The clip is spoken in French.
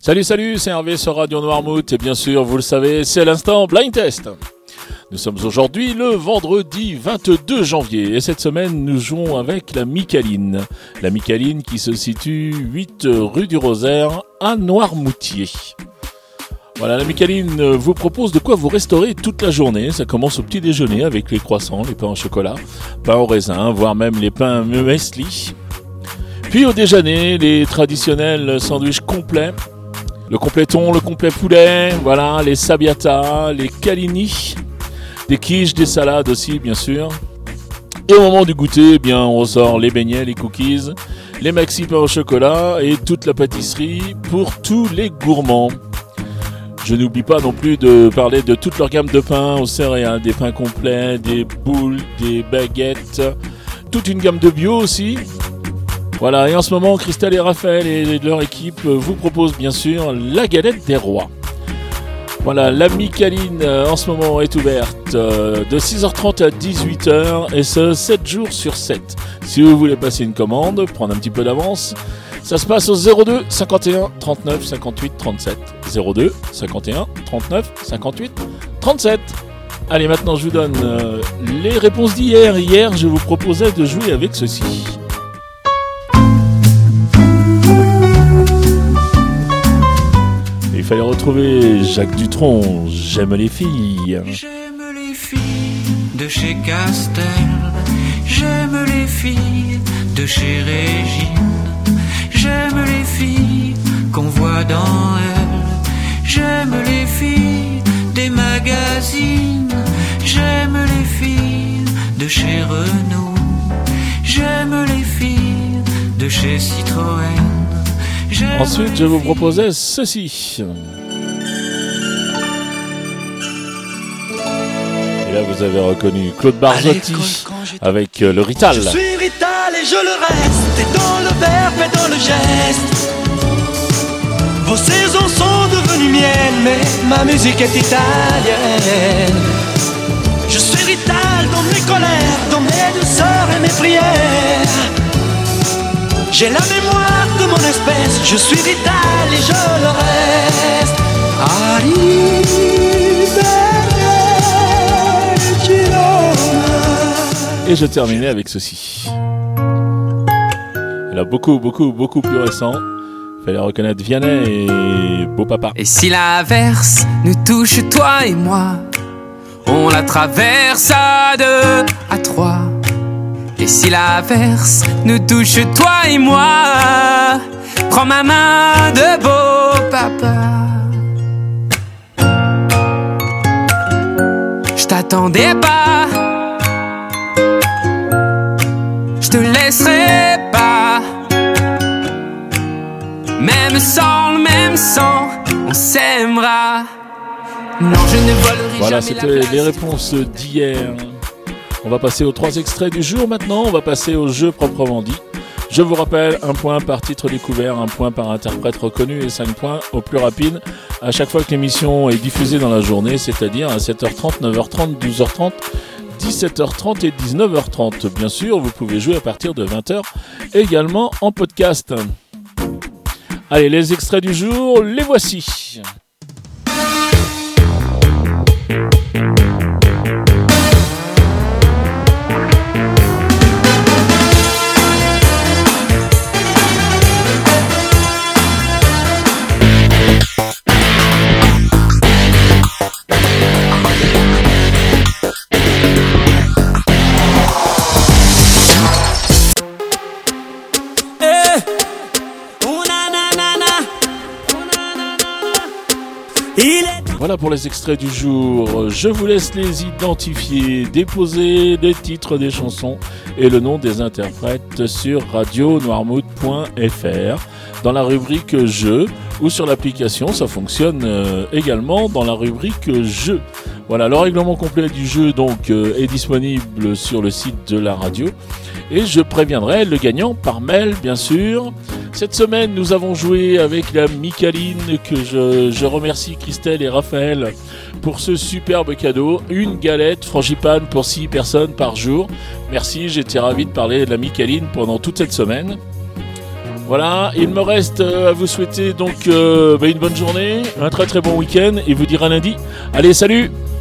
Salut, c'est Hervé sur Radio Noirmouth et bien sûr, vous le savez, c'est l'instant Blind Test. Nous sommes aujourd'hui le vendredi 22 janvier et cette semaine, nous jouons avec la Micaline. La Micaline qui se situe 8 rue du Rosaire à Noirmoutier. Voilà, la Micaline vous propose de quoi vous restaurer toute la journée. Ça commence au petit déjeuner avec les croissants, les pains au chocolat, pain au raisin, voire même les pains muesli. Puis au déjeuner, les traditionnels sandwichs complets. Le complet thon, le complet poulet, voilà, les sabiata, les calini, des quiches, des salades aussi, bien sûr. Et au moment du goûter, eh bien, on ressort les beignets, les cookies, les maxi pains au chocolat et toute la pâtisserie pour tous les gourmands. Je n'oublie pas non plus de parler de toute leur gamme de pains aux céréales, des pains complets, des boules, des baguettes, toute une gamme de bio aussi. Voilà, et en ce moment, Christelle et Raphaël et leur équipe vous proposent bien sûr la galette des rois. Voilà, la Micaline en ce moment est ouverte de 6h30 à 18h et ce 7 jours sur 7. Si vous voulez passer une commande, prendre un petit peu d'avance, ça se passe au 02 51 39 58 37. 02 51 39 58 37. Allez, maintenant je vous donne les réponses d'hier. Hier, je vous proposais de jouer avec ceci. Il fallait retrouver Jacques Dutronc, J'aime les filles. J'aime les filles de chez Castel, j'aime les filles de chez Régine, j'aime les filles qu'on voit dans elle, j'aime les filles des magazines, j'aime les filles de chez Renault, j'aime les filles de chez Citroën. Ensuite, je vous proposais ceci. Et là, vous avez reconnu Claude Barzotti avec le Rital. Je suis Rital et je le reste, et dans le verbe et dans le geste. Vos saisons sont devenues miennes, mais ma musique est italienne. Je suis Rital dans mes colères, dans mes douceurs et mes prières. J'ai la mémoire de mon espèce, je suis Rital et je le reste. Et je terminais avec ceci. Et là, beaucoup plus récent. Fallait reconnaître Vianney et Beau Papa. Et si l'averse nous touche, toi et moi, on la traverse à deux, à trois. Et si l'averse nous touche, toi et moi, prends ma main de Beau Papa. Je t'attendais pas, je te laisserai pas. Même sans le même sang, on s'aimera. Non, je ne volerai voilà, jamais c'était les réponses d'hier. On va passer aux 3 extraits du jour maintenant, on va passer au jeu proprement dit. Je vous rappelle, 1 point par titre découvert, 1 point par interprète reconnu et 5 points au plus rapide à chaque fois que l'émission est diffusée dans la journée, c'est-à-dire à 7h30, 9h30, 12h30, 17h30 et 19h30. Bien sûr, vous pouvez jouer à partir de 20h également en podcast. Allez, les extraits du jour, les voici. Voilà pour les extraits du jour. Je vous laisse les identifier, déposer les titres des chansons et le nom des interprètes sur radionoirmouth.fr dans la rubrique Jeux ou sur l'application. Ça fonctionne également dans la rubrique Jeux. Voilà, le règlement complet du jeu donc est disponible sur le site de la radio et je préviendrai le gagnant par mail bien sûr. Cette semaine, nous avons joué avec la Micaline, que je remercie Christelle et Raphaël pour ce superbe cadeau. Une galette frangipane pour 6 personnes par jour. Merci, j'étais ravi de parler de la Micaline pendant toute cette semaine. Voilà, il me reste à vous souhaiter donc une bonne journée, un très très bon week-end et vous dire à lundi. Allez, salut!